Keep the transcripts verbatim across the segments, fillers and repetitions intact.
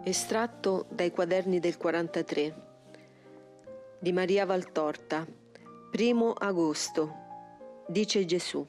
Estratto dai quaderni del quarantatré di Maria Valtorta. Primo agosto. Dice Gesù: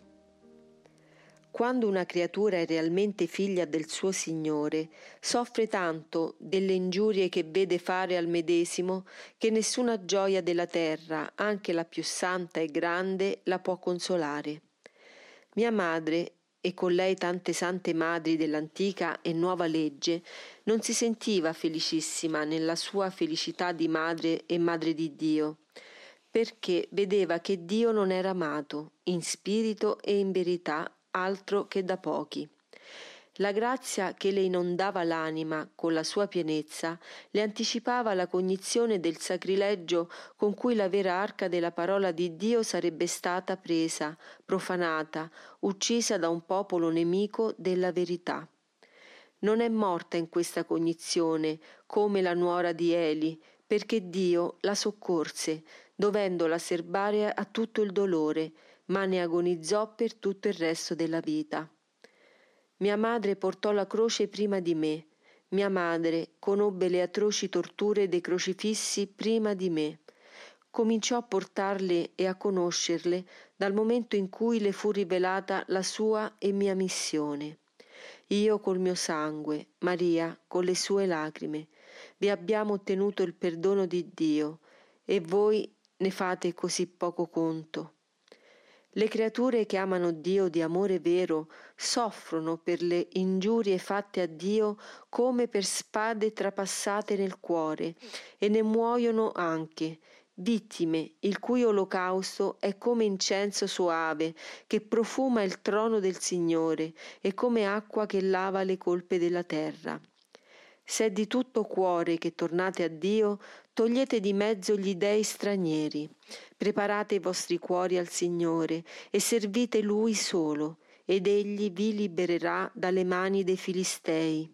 quando una creatura è realmente figlia del suo Signore, soffre tanto delle ingiurie che vede fare al medesimo che nessuna gioia della terra, anche la più santa e grande, la può consolare. Mia madre, e con lei tante sante madri dell'antica e nuova legge, non si sentiva felicissima nella sua felicità di madre e madre di Dio, perché vedeva che Dio non era amato, in spirito e in verità, altro che da pochi. La grazia che le inondava l'anima con la sua pienezza le anticipava la cognizione del sacrilegio con cui la vera arca della parola di Dio sarebbe stata presa, profanata, uccisa da un popolo nemico della verità. Non è morta in questa cognizione come la nuora di Eli, perché Dio la soccorse, dovendola serbare a tutto il dolore, ma ne agonizzò per tutto il resto della vita. Mia madre portò la croce prima di me, mia madre conobbe le atroci torture dei crocifissi prima di me. Cominciò a portarle e a conoscerle dal momento in cui le fu rivelata la sua e mia missione. Io col mio sangue, Maria con le sue lacrime, vi abbiamo ottenuto il perdono di Dio, e voi ne fate così poco conto. Le creature che amano Dio di amore vero soffrono per le ingiurie fatte a Dio come per spade trapassate nel cuore, e ne muoiono anche, vittime il cui olocausto è come incenso soave che profuma il trono del Signore e come acqua che lava le colpe della terra. Se è di tutto cuore che tornate a Dio, togliete di mezzo gli dei stranieri, preparate i vostri cuori al Signore e servite Lui solo, ed Egli vi libererà dalle mani dei Filistei.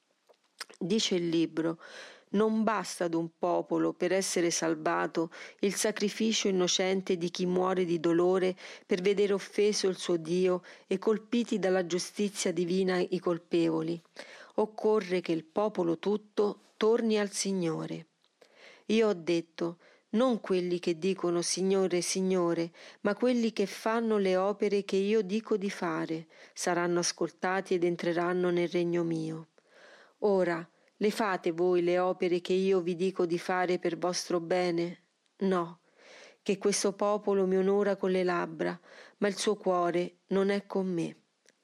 Dice il libro: non basta ad un popolo per essere salvato il sacrificio innocente di chi muore di dolore per vedere offeso il suo Dio e colpiti dalla giustizia divina i colpevoli. Occorre che il popolo tutto torni al Signore. Io ho detto: non quelli che dicono Signore, Signore, ma quelli che fanno le opere che io dico di fare, saranno ascoltati ed entreranno nel regno mio. Ora, le fate voi le opere che io vi dico di fare per vostro bene? No, che questo popolo mi onora con le labbra, ma il suo cuore non è con me.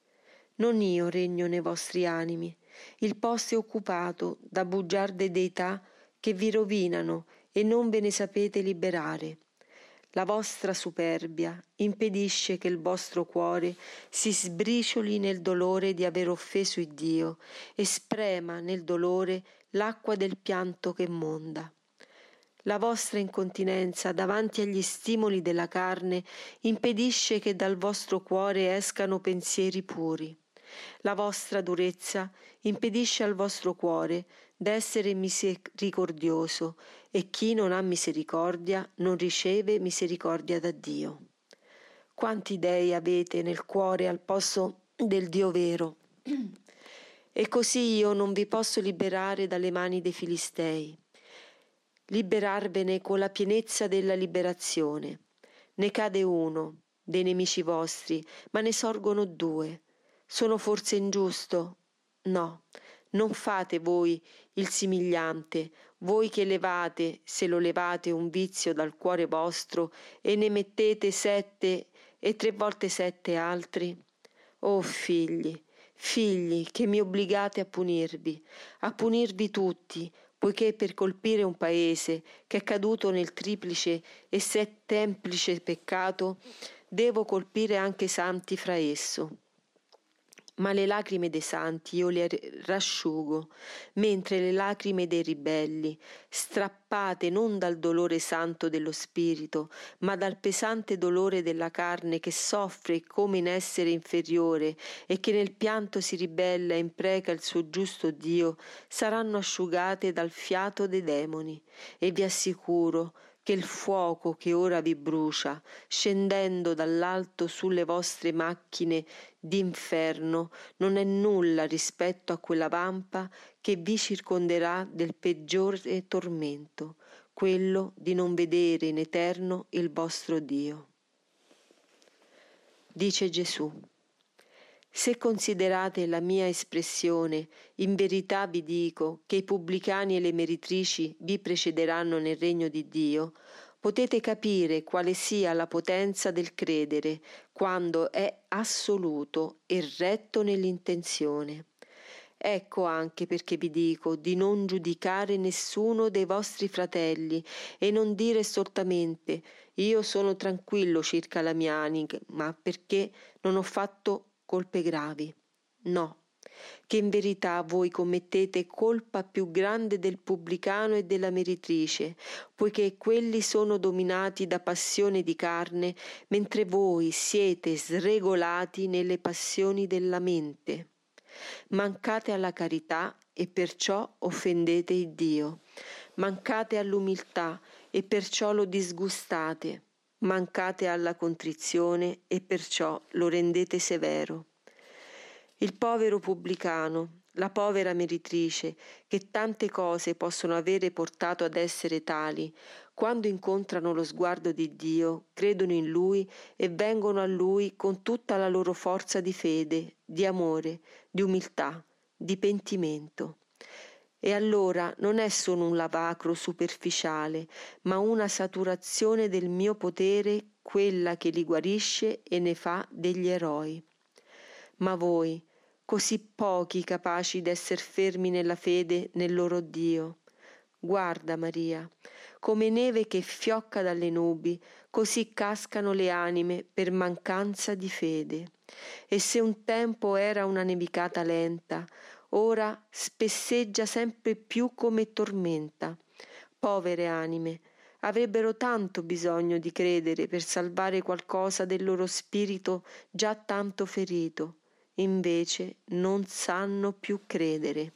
Non io regno nei vostri animi, il posto è occupato da bugiarde deità che vi rovinano e non ve ne sapete liberare. La vostra superbia impedisce che il vostro cuore si sbricioli nel dolore di aver offeso il Dio e sprema nel dolore l'acqua del pianto che monda. La vostra incontinenza davanti agli stimoli della carne impedisce che dal vostro cuore escano pensieri puri. La vostra durezza impedisce al vostro cuore d'essere misericordioso, e chi non ha misericordia non riceve misericordia da Dio. Quanti dei avete nel cuore al posto del Dio vero? E così io non vi posso liberare dalle mani dei Filistei. Liberarvene con la pienezza della liberazione. Ne cade uno dei nemici vostri, ma ne sorgono due. Sono forse ingiusto? No, non fate voi il simigliante, voi che levate, se lo levate, un vizio dal cuore vostro e ne mettete sette e tre volte sette altri. Oh figli, figli, che mi obbligate a punirvi, a punirvi tutti, poiché per colpire un paese che è caduto nel triplice e settemplice peccato, devo colpire anche i santi fra esso. Ma le lacrime dei santi io le rasciugo, mentre le lacrime dei ribelli, strappate non dal dolore santo dello spirito, ma dal pesante dolore della carne che soffre come in essere inferiore e che nel pianto si ribella e impreca il suo giusto Dio, saranno asciugate dal fiato dei demoni, e vi assicuro che il fuoco che ora vi brucia, scendendo dall'alto sulle vostre macchine d'inferno, non è nulla rispetto a quella vampa che vi circonderà del peggiore tormento, quello di non vedere in eterno il vostro Dio. Dice Gesù: se considerate la mia espressione, in verità vi dico che i pubblicani e le meretrici vi precederanno nel regno di Dio, potete capire quale sia la potenza del credere quando è assoluto e retto nell'intenzione. Ecco anche perché vi dico di non giudicare nessuno dei vostri fratelli e non dire stoltamente: io sono tranquillo circa la mia anima perché non ho fatto colpe gravi. No, che in verità voi commettete colpa più grande del pubblicano e della meretrice, poiché quelli sono dominati da passione di carne, mentre voi siete sregolati nelle passioni della mente. Mancate alla carità e perciò offendete il Dio. Mancate all'umiltà e perciò lo disgustate. Mancate alla contrizione e perciò lo rendete severo. Il povero pubblicano, la povera meretrice, che tante cose possono avere portato ad essere tali, quando incontrano lo sguardo di Dio, credono in Lui e vengono a Lui con tutta la loro forza di fede, di amore, di umiltà, di pentimento. E allora non è solo un lavacro superficiale, ma una saturazione del mio potere, quella che li guarisce e ne fa degli eroi. Ma voi, così pochi capaci d'esser fermi nella fede nel loro Dio, guarda Maria, come neve che fiocca dalle nubi, così cascano le anime per mancanza di fede. E se un tempo era una nevicata lenta, ora spesseggia sempre più come tormenta. Povere anime, avrebbero tanto bisogno di credere per salvare qualcosa del loro spirito già tanto ferito, invece non sanno più credere.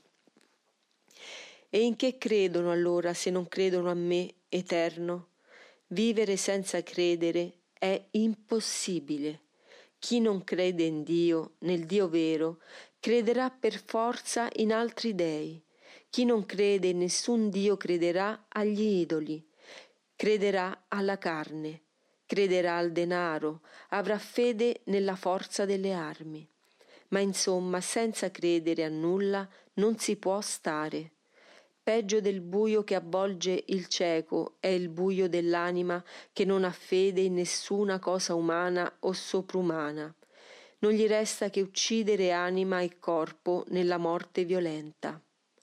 E in che credono allora se non credono a me, eterno? Vivere senza credere è impossibile. Chi non crede in Dio, nel Dio vero, crederà per forza in altri dei. Chi non crede in nessun Dio crederà agli idoli, crederà alla carne, crederà al denaro, avrà fede nella forza delle armi. Ma insomma, senza credere a nulla non si può stare. Peggio del buio che avvolge il cieco è il buio dell'anima che non ha fede in nessuna cosa umana o soprumana. Non gli resta che uccidere anima e corpo nella morte violenta.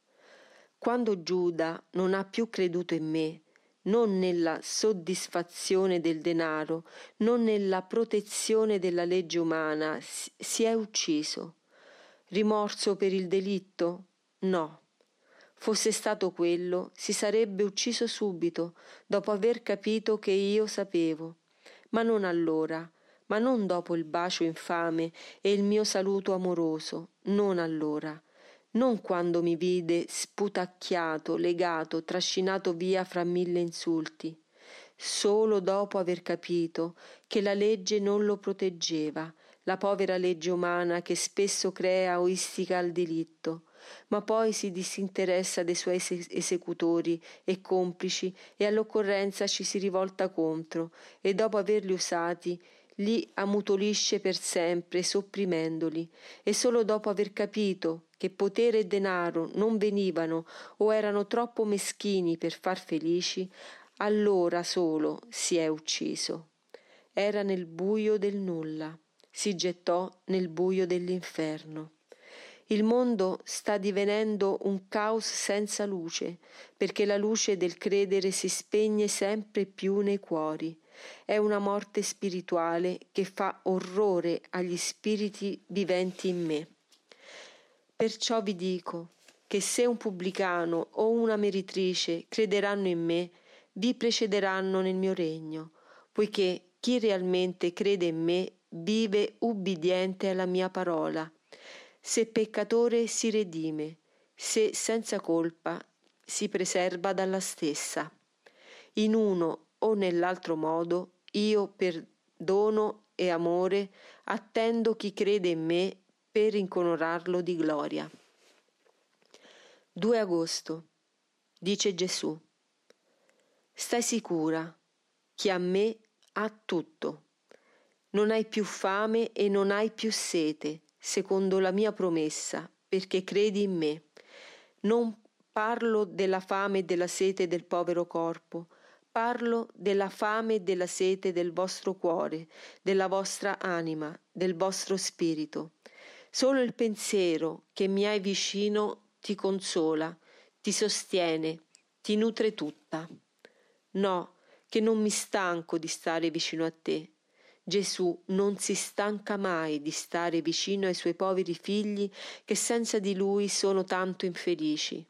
Quando Giuda non ha più creduto in me, non nella soddisfazione del denaro, non nella protezione della legge umana, si è ucciso. Rimorso per il delitto? No. Fosse stato quello, si sarebbe ucciso subito, dopo aver capito che io sapevo. Ma non allora, ma non dopo il bacio infame e il mio saluto amoroso, non allora. Non quando mi vide sputacchiato, legato, trascinato via fra mille insulti. Solo dopo aver capito che la legge non lo proteggeva, la povera legge umana che spesso crea o istiga al diritto, ma poi si disinteressa dei suoi esecutori e complici e all'occorrenza ci si rivolta contro e dopo averli usati li ammutolisce per sempre sopprimendoli, e solo dopo aver capito che potere e denaro non venivano o erano troppo meschini per far felici, allora solo si è ucciso. Era nel buio del nulla, si gettò nel buio dell'inferno. Il mondo sta divenendo un caos senza luce, perché la luce del credere si spegne sempre più nei cuori. È una morte spirituale che fa orrore agli spiriti viventi in me. Perciò vi dico che se un pubblicano o una meretrice crederanno in me, vi precederanno nel mio regno, poiché chi realmente crede in me vive ubbidiente alla mia parola. Se peccatore si redime, se senza colpa si preserva dalla stessa. In uno o nell'altro modo, io perdono e amore attendo chi crede in me per incoronarlo di gloria. due agosto. Dice Gesù: stai sicura, chi ha me ha tutto. Non hai più fame e non hai più sete, secondo la mia promessa, perché credi in me. Non parlo della fame e della sete del povero corpo, parlo della fame e della sete del vostro cuore, della vostra anima, del vostro spirito. Solo il pensiero che mi hai vicino ti consola, ti sostiene, ti nutre tutta. No, che non mi stanco di stare vicino a te. Gesù non si stanca mai di stare vicino ai suoi poveri figli che senza di lui sono tanto infelici.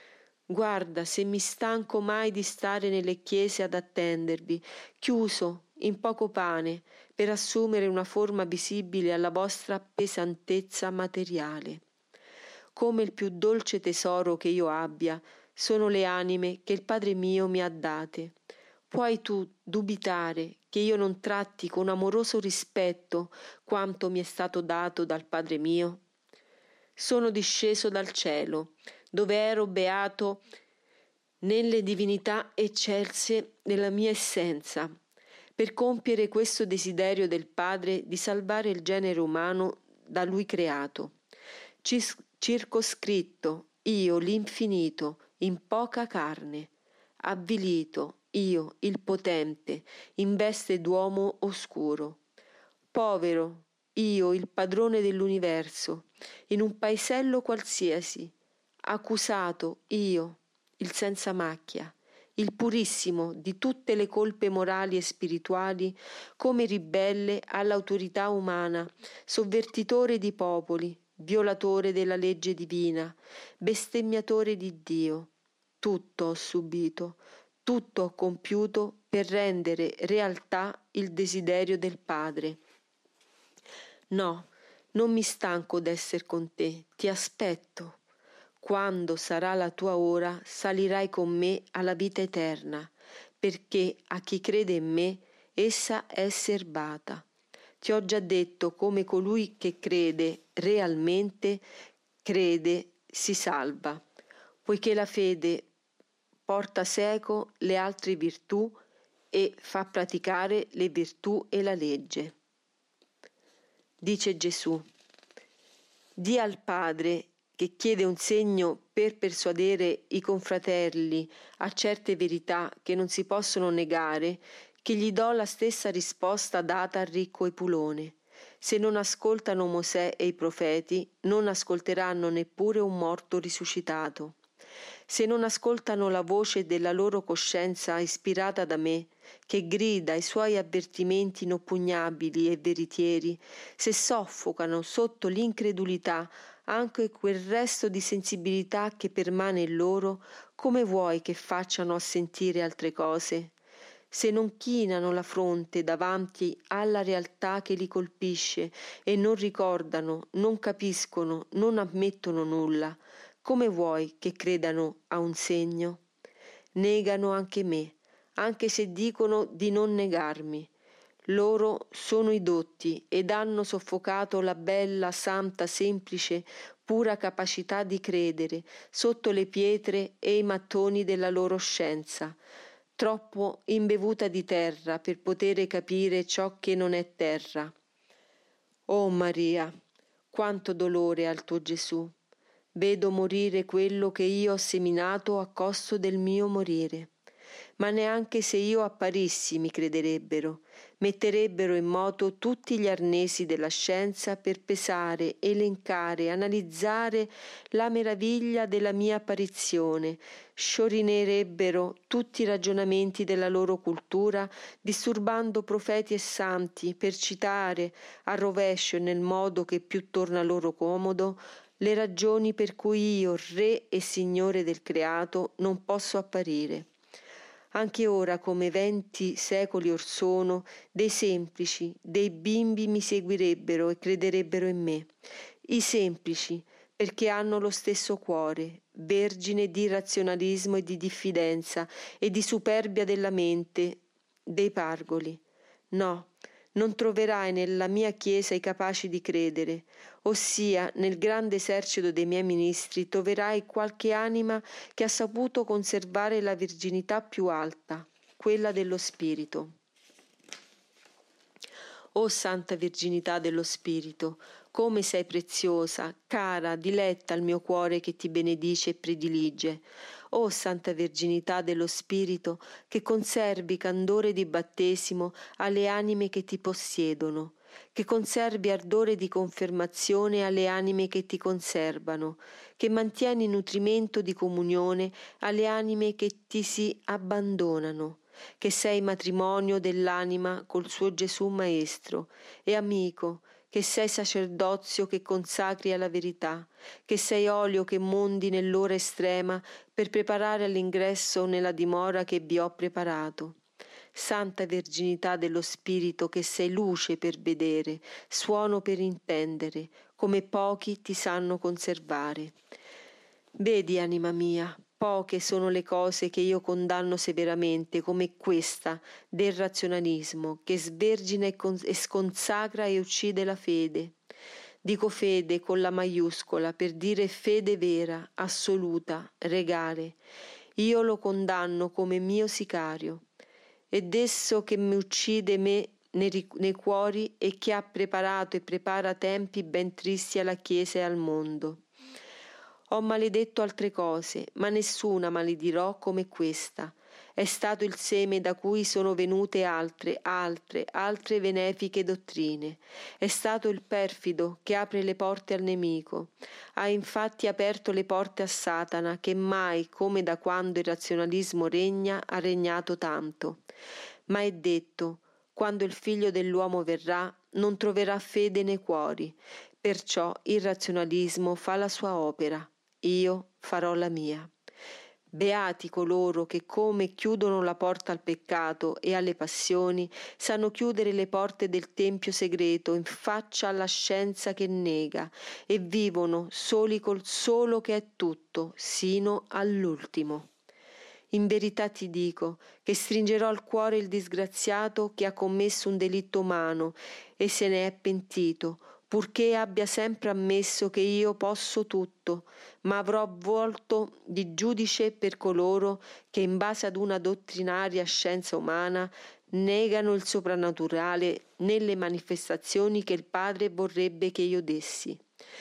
Guarda se mi stanco mai di stare nelle chiese ad attendervi, chiuso in poco pane, per assumere una forma visibile alla vostra pesantezza materiale. Come il più dolce tesoro che io abbia sono le anime che il Padre mio mi ha date. Puoi tu dubitare che io non tratti con amoroso rispetto quanto mi è stato dato dal Padre mio? Sono disceso dal cielo, dove ero beato nelle divinità eccelse della mia essenza, per compiere questo desiderio del Padre di salvare il genere umano da Lui creato. Cis- circoscritto, io l'infinito, in poca carne, avvilito, io, il potente, in veste d'uomo oscuro, povero, io, il padrone dell'universo, in un paesello qualsiasi, accusato, io, il senza macchia, il purissimo di tutte le colpe morali e spirituali, come ribelle all'autorità umana, sovvertitore di popoli, violatore della legge divina, bestemmiatore di Dio. Tutto ho subito, tutto ho compiuto per rendere realtà il desiderio del Padre. No, non mi stanco d'esser con te, ti aspetto. Quando sarà la tua ora, salirai con me alla vita eterna, perché a chi crede in me, essa è serbata. Ti ho già detto come colui che crede realmente crede si salva, poiché la fede porta seco le altre virtù e fa praticare le virtù e la legge. Dice Gesù: di al Padre che chiede un segno per persuadere i confratelli a certe verità che non si possono negare, che gli do la stessa risposta data al ricco Epulone. Se non ascoltano Mosè e i profeti, non ascolteranno neppure un morto risuscitato. Se non ascoltano la voce della loro coscienza ispirata da me, che grida i suoi avvertimenti inoppugnabili e veritieri, se soffocano sotto l'incredulità anche quel resto di sensibilità che permane in loro, come vuoi che facciano a sentire altre cose? Se non chinano la fronte davanti alla realtà che li colpisce e non ricordano, non capiscono, non ammettono nulla, come vuoi che credano a un segno? Negano anche me, anche se dicono di non negarmi. Loro sono i dotti ed hanno soffocato la bella, santa, semplice, pura capacità di credere sotto le pietre e i mattoni della loro scienza, troppo imbevuta di terra per poter capire ciò che non è terra. Oh Maria, quanto dolore al tuo Gesù! Vedo morire quello che io ho seminato a costo del mio morire. Ma neanche se io apparissi mi crederebbero, metterebbero in moto tutti gli arnesi della scienza per pesare, elencare, analizzare la meraviglia della mia apparizione, sciorinerebbero tutti i ragionamenti della loro cultura, disturbando profeti e santi per citare a rovescio e nel modo che più torna loro comodo le ragioni per cui io, Re e Signore del creato, non posso apparire. Anche ora, come venti secoli or sono, dei semplici, dei bimbi mi seguirebbero e crederebbero in me. I semplici, perché hanno lo stesso cuore, vergine di razionalismo e di diffidenza e di superbia della mente, dei pargoli. No, non troverai nella mia Chiesa i capaci di credere, ossia nel grande esercito dei miei ministri troverai qualche anima che ha saputo conservare la virginità più alta, quella dello spirito. O Santa Verginità dello Spirito, come sei preziosa, cara, diletta al mio cuore che ti benedice e predilige. O Santa Verginità dello Spirito, che conservi candore di battesimo alle anime che ti possiedono, che conservi ardore di confermazione alle anime che ti conservano, che mantieni nutrimento di comunione alle anime che ti si abbandonano, che sei matrimonio dell'anima col suo Gesù Maestro e amico, che sei sacerdozio che consacri alla verità, che sei olio che mondi nell'ora estrema per preparare all'ingresso nella dimora che vi ho preparato. Santa Verginità dello Spirito, che sei luce per vedere, suono per intendere, come pochi ti sanno conservare. Vedi, anima mia, poche sono le cose che io condanno severamente, come questa del razionalismo, che svergina e, con- e sconsacra e uccide la fede. Dico fede con la maiuscola per dire fede vera, assoluta, regale. Io lo condanno come mio sicario. Ed esso che mi uccide me nei, nei cuori e che ha preparato e prepara tempi ben tristi alla Chiesa e al mondo. Ho maledetto altre cose, ma nessuna maledirò come questa. È stato il seme da cui sono venute altre, altre, altre benefiche dottrine. È stato il perfido che apre le porte al nemico. Ha infatti aperto le porte a Satana, che mai, come da quando il razionalismo regna, ha regnato tanto. Ma è detto, quando il figlio dell'uomo verrà, non troverà fede nei cuori. Perciò il razionalismo fa la sua opera. Io farò la mia. Beati coloro che, come chiudono la porta al peccato e alle passioni, sanno chiudere le porte del tempio segreto in faccia alla scienza che nega e vivono soli col solo che è tutto, sino all'ultimo. In verità ti dico che stringerò al cuore il disgraziato che ha commesso un delitto umano e se ne è pentito, purché abbia sempre ammesso che io posso tutto, ma avrò volto di giudice per coloro che in base ad una dottrinaria scienza umana negano il soprannaturale nelle manifestazioni che il Padre vorrebbe che io dessi.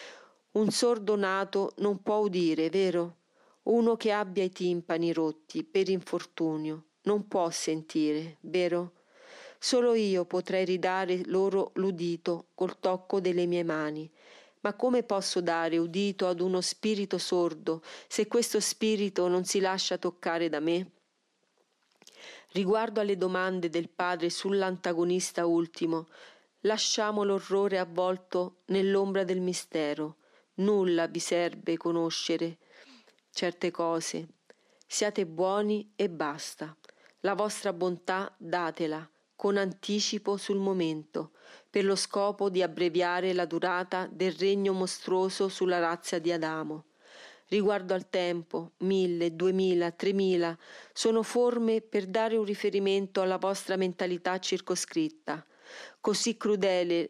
Un sordo nato non può udire, vero? Uno che abbia i timpani rotti per infortunio non può sentire, vero? Solo io potrei ridare loro l'udito col tocco delle mie mani. Ma come posso dare udito ad uno spirito sordo se questo spirito non si lascia toccare da me? Riguardo alle domande del padre sull'antagonista ultimo, lasciamo l'orrore avvolto nell'ombra del mistero. Nulla vi serve conoscere certe cose. Siate buoni e basta. La vostra bontà datela con anticipo sul momento, per lo scopo di abbreviare la durata del regno mostruoso sulla razza di Adamo. Riguardo al tempo, mille, duemila, tremila, sono forme per dare un riferimento alla vostra mentalità circoscritta. Così crudele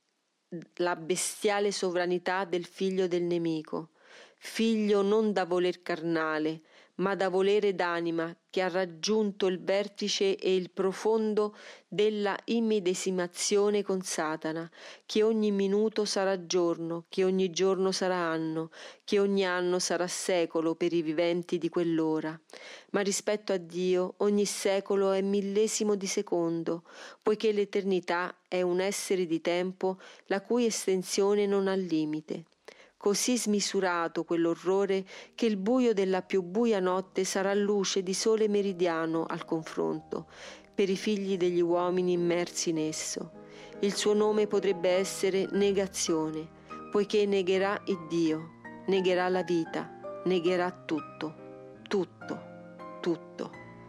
la bestiale sovranità del figlio del nemico, figlio non da voler carnale, ma da volere d'anima, che ha raggiunto il vertice e il profondo della immedesimazione con Satana, che ogni minuto sarà giorno, che ogni giorno sarà anno, che ogni anno sarà secolo per i viventi di quell'ora. Ma rispetto a Dio ogni secolo è millesimo di secondo, poiché l'eternità è un essere di tempo la cui estensione non ha limite. Così smisurato quell'orrore che il buio della più buia notte sarà luce di sole meridiano al confronto, per i figli degli uomini immersi in esso. Il suo nome potrebbe essere negazione, poiché negherà il Dio, negherà la vita, negherà tutto, tutto, tutto,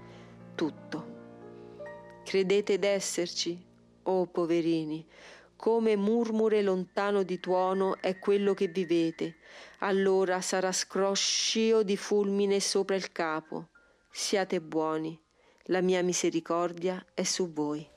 tutto. Credete d'esserci, oh poverini? Come murmure lontano di tuono è quello che vivete, allora sarà scroscio di fulmine sopra il capo. Siate buoni, La mia misericordia è su voi.